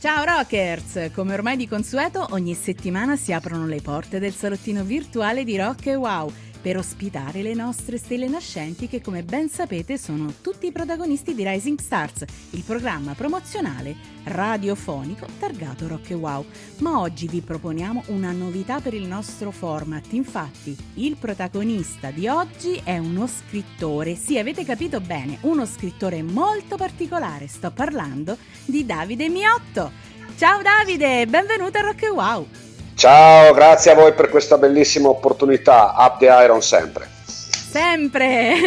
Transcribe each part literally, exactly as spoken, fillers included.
Ciao Rockers! Come ormai di consueto, ogni settimana si aprono le porte del salottino virtuale di Rock e Wow per ospitare le nostre stelle nascenti che, come ben sapete, sono tutti i protagonisti di Rising Stars, il programma promozionale radiofonico targato Rock e Wow. Ma oggi vi proponiamo una novità per il nostro format. Infatti, il protagonista di oggi è uno scrittore. Sì, avete capito bene, uno scrittore molto particolare. Sto parlando di Davide Miotto. Ciao Davide, benvenuto a Rock e Wow. Ciao, grazie a voi per questa bellissima opportunità. Up the Iron sempre. Sempre!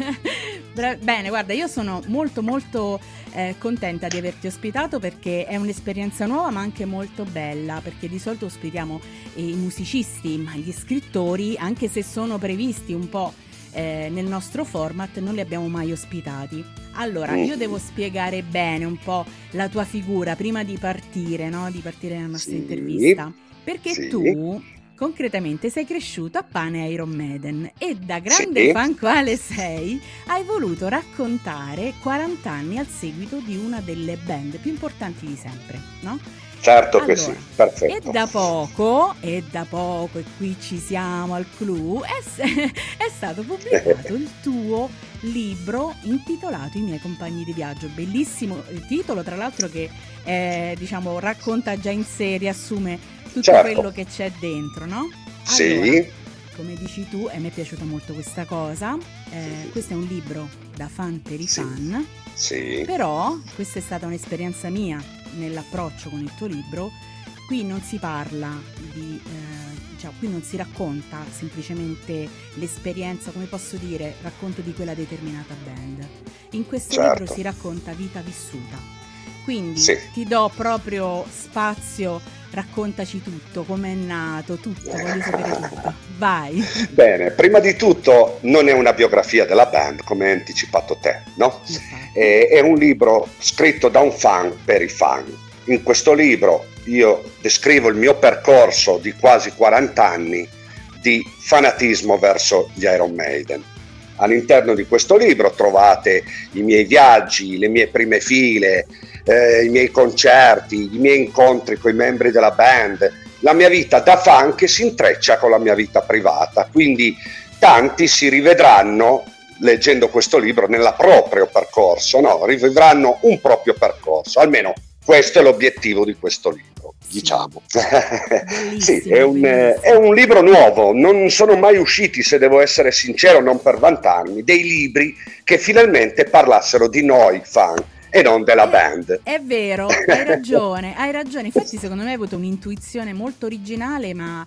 Bene, guarda, io sono molto molto eh, contenta di averti ospitato perché è un'esperienza nuova ma anche molto bella, perché di solito ospitiamo eh, i musicisti, ma gli scrittori, anche se sono previsti un po' eh, nel nostro format, non li abbiamo mai ospitati. Allora, io devo spiegare bene un po' la tua figura prima di partire, no? Di partire nella nostra Sì. intervista. Perché Sì. tu concretamente sei cresciuto a Pane Iron Maiden e da grande Sì. fan quale sei hai voluto raccontare quaranta anni al seguito di una delle band più importanti di sempre, no? Certo Allora, che sì, perfetto. E da poco, e da poco, e qui ci siamo al clou, è, è stato pubblicato il tuo libro intitolato I miei compagni di viaggio. Bellissimo il titolo, tra l'altro, che eh, diciamo racconta già in sé, riassume tutto Certo. quello che c'è dentro, no? Sì. Allora, come dici tu, e mi è piaciuta molto questa cosa, eh, questo è un libro da fan per i Sì. fan, Sì. però questa è stata un'esperienza mia nell'approccio con il tuo libro. Qui non si parla di, eh, diciamo, qui non si racconta semplicemente l'esperienza, come posso dire, racconto di quella determinata band. In questo Certo. libro si racconta vita vissuta. Quindi Sì. ti do proprio spazio, raccontaci tutto, com'è nato, tutto, voglio sapere tutto. Vai. Bene, prima di tutto non è una biografia della band, come hai anticipato te, no? Infatti. È, è un libro scritto da un fan per i fan. In questo libro io descrivo il mio percorso di quasi quaranta anni di fanatismo verso gli Iron Maiden. All'interno di questo libro trovate i miei viaggi, le mie prime file, eh, i miei concerti, i miei incontri con i membri della band, la mia vita da fan che si intreccia con la mia vita privata. Quindi tanti si rivedranno, leggendo questo libro, nel proprio percorso, no? Rivedranno un proprio percorso, almeno questo è l'obiettivo di questo libro, Sì. diciamo. Bellissimo, Sì, è un, bellissimo. è un libro nuovo, non sono mai usciti, se devo essere sincero, non per vantarmi, dei libri che finalmente parlassero di noi fan e non della Eh, band. È vero, hai ragione, hai ragione. Infatti secondo me hai avuto un'intuizione molto originale ma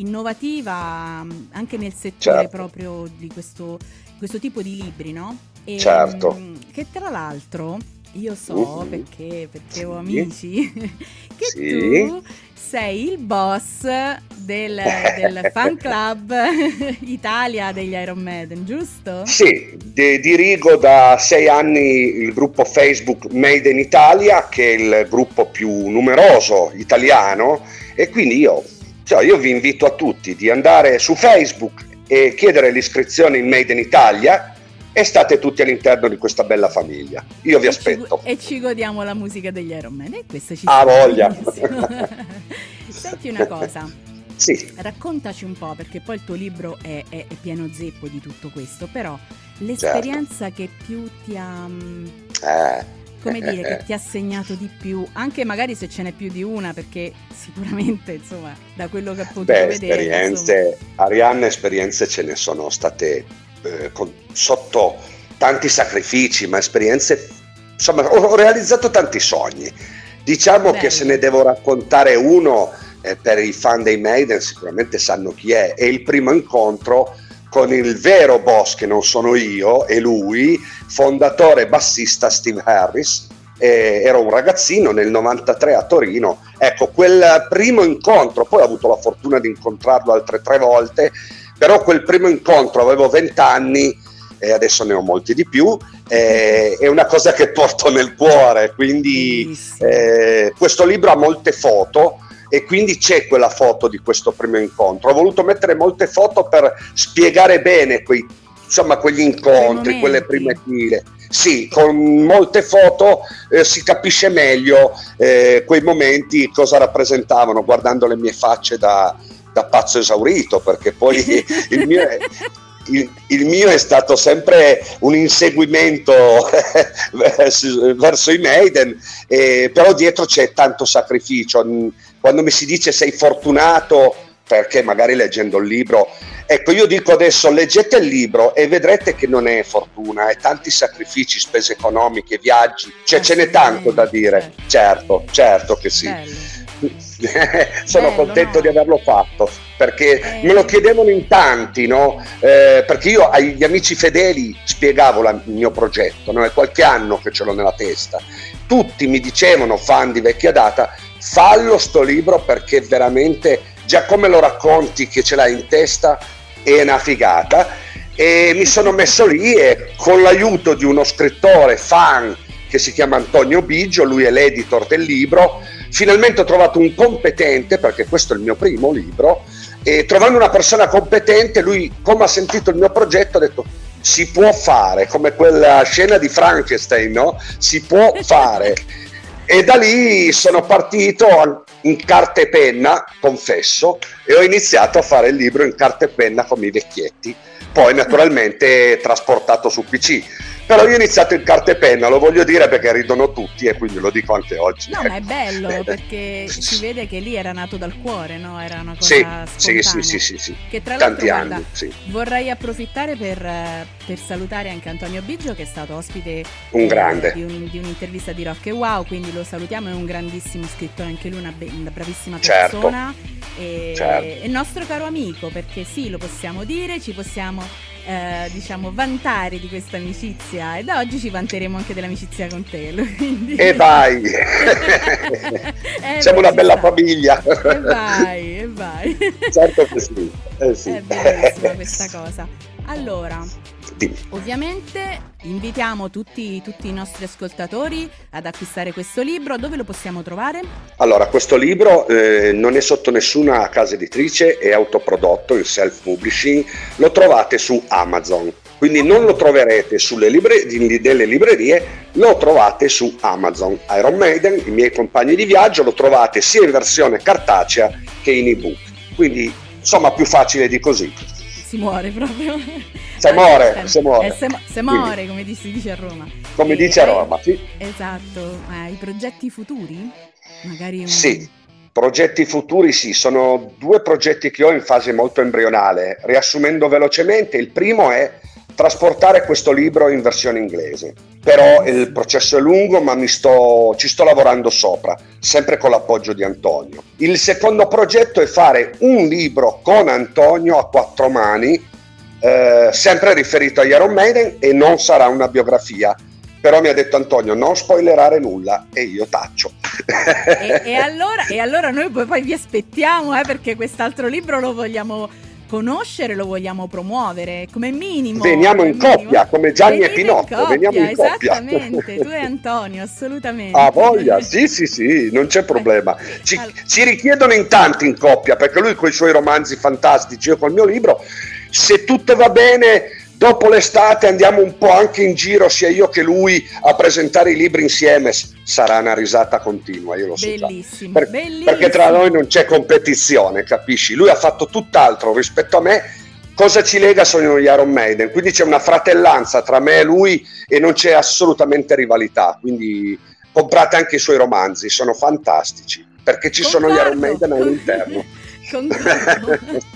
innovativa mh, anche nel settore Certo. proprio di questo, questo tipo di libri, no? E, Certo. mh, che tra l'altro io so, Mhm. perché, perché ho Sì. amici, che Sì. tu sei il boss del, del fan club Italia degli Iron Maiden, giusto? Sì, de- dirigo da sei anni il gruppo Facebook Made in Italia, che è il gruppo più numeroso italiano, e quindi io, cioè, io vi invito a tutti di andare su Facebook e chiedere l'iscrizione in Made in Italia e state tutti all'interno di questa bella famiglia. Io vi E ci, aspetto. e ci godiamo la musica degli Iron Man e questo ci Ah, sta voglia. benissimo. Senti una cosa, Sì, raccontaci un po', perché poi il tuo libro è, è- è pieno zeppo di tutto questo, però l'esperienza che più ti ha, mm, eh, come dire, che eh, ti ha segnato di più, anche magari se ce n'è più di una, perché sicuramente, insomma, da quello che ho potuto beh, vedere, insomma, esperienze, Arianna, esperienze ce ne sono state eh, con- sotto tanti sacrifici, ma esperienze, insomma, ho, ho realizzato tanti sogni. Diciamo bello. che se ne devo raccontare uno, eh, per i fan dei Maiden sicuramente sanno chi è, è il primo incontro con il vero boss, che non sono io, e lui, fondatore e bassista Steve Harris. Eh, ero un ragazzino nel novantatré a Torino. Ecco, quel primo incontro, poi ho avuto la fortuna di incontrarlo altre tre volte, però quel primo incontro avevo venti anni e adesso ne ho molti di più, eh, è una cosa che porto nel cuore, quindi Bellissimo. eh, questo libro ha molte foto e quindi c'è quella foto di questo primo incontro. Ho voluto mettere molte foto per spiegare bene quei, insomma, quegli incontri, Quei quelle momenti. prime file. sì, con molte foto eh, si capisce meglio eh, quei momenti cosa rappresentavano, guardando le mie facce da, da pazzo esaurito, perché poi il mio è, il, il mio è stato sempre un inseguimento verso i Maiden, eh, però dietro c'è tanto sacrificio. Quando mi si dice sei fortunato perché magari leggendo il libro, ecco, io dico adesso leggete il libro e vedrete che non è fortuna, è tanti sacrifici, spese economiche, viaggi, cioè ce n'è tanto da dire. Certo, certo che sì. Sono Bello, contento no? di averlo fatto, perché eh. me lo chiedevano in tanti, no? Eh, perché io agli amici fedeli spiegavo la, il mio progetto, no? È qualche anno che ce l'ho nella testa. Tutti mi dicevano, fan di vecchia data, fallo sto libro perché veramente già come lo racconti che ce l'hai in testa è una figata. E mi sono messo lì e con l'aiuto di uno scrittore fan che si chiama Antonio Biggio, lui è l'editor del libro, finalmente ho trovato un competente, perché questo è il mio primo libro, e trovando una persona competente, lui come ha sentito il mio progetto ha detto si può fare, come quella scena di Frankenstein, no? Si può fare. E da lì sono partito in carta e penna, confesso, e ho iniziato a fare il libro in carta e penna come i vecchietti, poi naturalmente trasportato su P C. Però io ho iniziato in carta e penna, lo voglio dire perché ridono tutti e quindi lo dico anche oggi. No, ma è bello perché si vede che lì era nato dal cuore, no? Era una cosa sì, spontanea. Sì, sì, sì, sì. Che tra Tanti l'altro, anni, guarda, sì. Vorrei approfittare per, per salutare anche Antonio Biggio, che è stato ospite un eh, grande. Di, un, di un'intervista di Rock e Wow, quindi lo salutiamo, è un grandissimo scrittore, anche lui una, be- una bravissima persona. Certo. E certo. È il nostro caro amico, perché sì, lo possiamo dire, ci possiamo... Eh, diciamo vantare di questa amicizia, e da oggi ci vanteremo anche dell'amicizia con te, quindi... e vai eh, siamo beh, una bella sta. famiglia, e vai e vai certo che sì, eh sì. È bellissima questa cosa. Allora, Dimmi. Ovviamente invitiamo tutti, tutti i nostri ascoltatori ad acquistare questo libro. Dove lo possiamo trovare? Allora, questo libro eh, non è sotto nessuna casa editrice, è autoprodotto, in self-publishing, lo trovate su Amazon, quindi non lo troverete sulle libre, delle librerie, lo trovate su Amazon. Iron Maiden, i miei compagni di viaggio, lo trovate sia in versione cartacea che in ebook, quindi insomma più facile di così. Si muore proprio. Se muore, se muore. Eh, se, se muore, come si dice a Roma. Come e, dice a Roma, sì. Esatto. Ma i progetti futuri? Magari un... Sì, progetti futuri sì, sono due progetti che ho in fase molto embrionale. Riassumendo velocemente, il primo è trasportare questo libro in versione inglese. Però il processo è lungo, ma mi sto, ci sto lavorando sopra, sempre con l'appoggio di Antonio. Il secondo progetto è fare un libro con Antonio a quattro mani, eh, sempre riferito agli Iron Maiden, e non sarà una biografia. Però mi ha detto Antonio non spoilerare nulla, e io taccio. E, e, allora, e allora noi poi, poi vi aspettiamo, eh, perché quest'altro libro lo vogliamo conoscere, lo vogliamo promuovere come minimo. Veniamo in come coppia, minimo. come Gianni Venite e Pinocchio, in coppia, veniamo in coppia. Esattamente, tu e Antonio, assolutamente. Ah, voglia, sì, sì, sì, non c'è problema. Ci, allora. ci richiedono in tanti in coppia, perché lui con i suoi romanzi fantastici, io col mio libro, se tutto va bene, dopo l'estate andiamo un po' anche in giro, sia io che lui, a presentare i libri insieme. Sarà una risata continua, io lo so. Bellissimo, per, bellissimo. Perché tra noi non c'è competizione, capisci? Lui ha fatto tutt'altro rispetto a me. Cosa ci lega sono gli Iron Maiden, quindi c'è una fratellanza tra me e lui e non c'è assolutamente rivalità, quindi comprate anche i suoi romanzi, sono fantastici, perché ci Concordo. sono gli Iron Maiden all'interno. Concordo.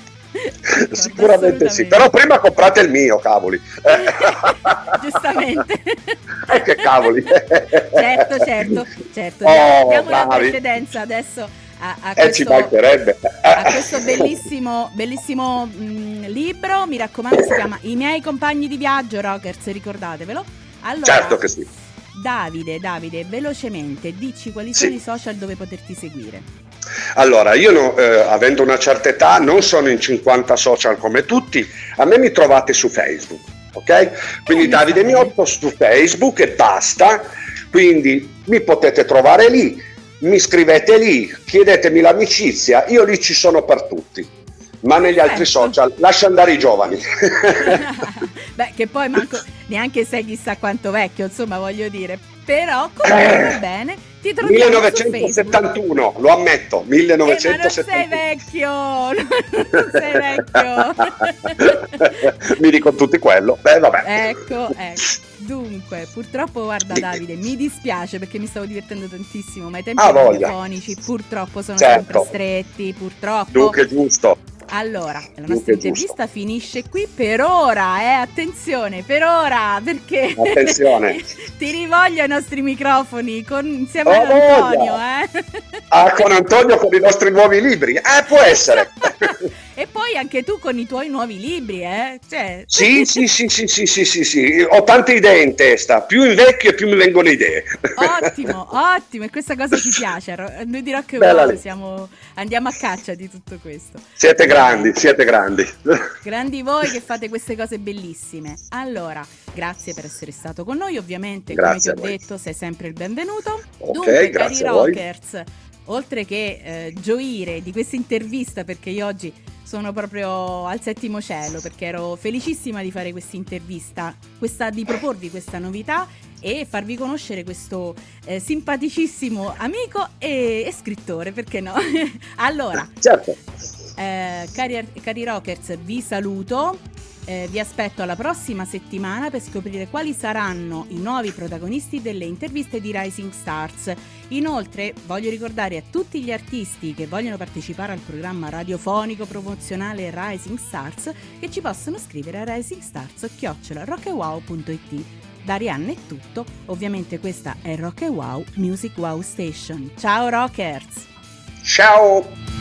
Sicuramente sì, però prima comprate il mio, cavoli. Giustamente. Eh, che cavoli. Certo, certo, certo. Oh, diamo la bravi. precedenza adesso a, a, eh, questo, ci mancherebbe. a questo bellissimo, bellissimo mh, libro, mi raccomando, si chiama I miei compagni di viaggio, Rockers, ricordatevelo. Allora, certo che sì. Davide, Davide, velocemente, dici quali sì. sono i social dove poterti seguire. Allora, io no, eh, avendo una certa età non sono in cinquanta social come tutti, a me mi trovate su Facebook, ok? Quindi eh, Davide Miotto su Facebook e basta, quindi mi potete trovare lì, mi scrivete lì, chiedetemi l'amicizia, io lì ci sono per tutti, ma negli altri social lascia andare i giovani. Beh, che poi manco, neanche sei chissà quanto vecchio, insomma, voglio dire, però comunque va bene, ti troviamo millenovecentosettantuno, lo ammetto, millenovecentosettantuno. Eh, ma non sei vecchio, non sei vecchio. Mi dicono tutti quello, beh vabbè. Ecco, ecco. Dunque, purtroppo, guarda Davide, mi dispiace perché mi stavo divertendo tantissimo, ma i tempi ah, radiofonici purtroppo sono certo. sempre stretti, purtroppo. Dunque, giusto. Allora, la nostra intervista finisce qui per ora, eh, attenzione, per ora, perché attenzione. ti rivoglio ai nostri microfoni con, insieme oh, ad Antonio, eh. Ah, con Antonio con i nostri nuovi libri, eh, può essere. E poi anche tu con i tuoi nuovi libri, eh? Cioè... Sì, sì, sì, sì, sì, sì, sì, sì, ho tante idee in testa, più invecchio e più mi vengono idee. Ottimo, ottimo, e questa cosa ci piace. Noi di Rock e Wow siamo, andiamo a caccia di tutto questo. Siete grandi, siete grandi. Grandi voi che fate queste cose bellissime. Allora, grazie per essere stato con noi, ovviamente, grazie come ti ho detto, sei sempre il benvenuto. Ok, Dunque, grazie cari a voi. rockers, oltre che eh, gioire di questa intervista, perché io oggi sono proprio al settimo cielo, perché ero felicissima di fare questa intervista, questa, di proporvi questa novità e farvi conoscere questo eh, simpaticissimo amico e, e scrittore, perché no? Allora, certo. eh, cari, cari rockers, vi saluto. Eh, vi aspetto alla prossima settimana per scoprire quali saranno i nuovi protagonisti delle interviste di Rising Stars. Inoltre voglio ricordare a tutti gli artisti che vogliono partecipare al programma radiofonico promozionale Rising Stars che ci possono scrivere a risingstars chiocciola rockewow punto it. Da Arianna è tutto, ovviamente questa è Rock e Wow Music Wow Station. Ciao rockers! Ciao!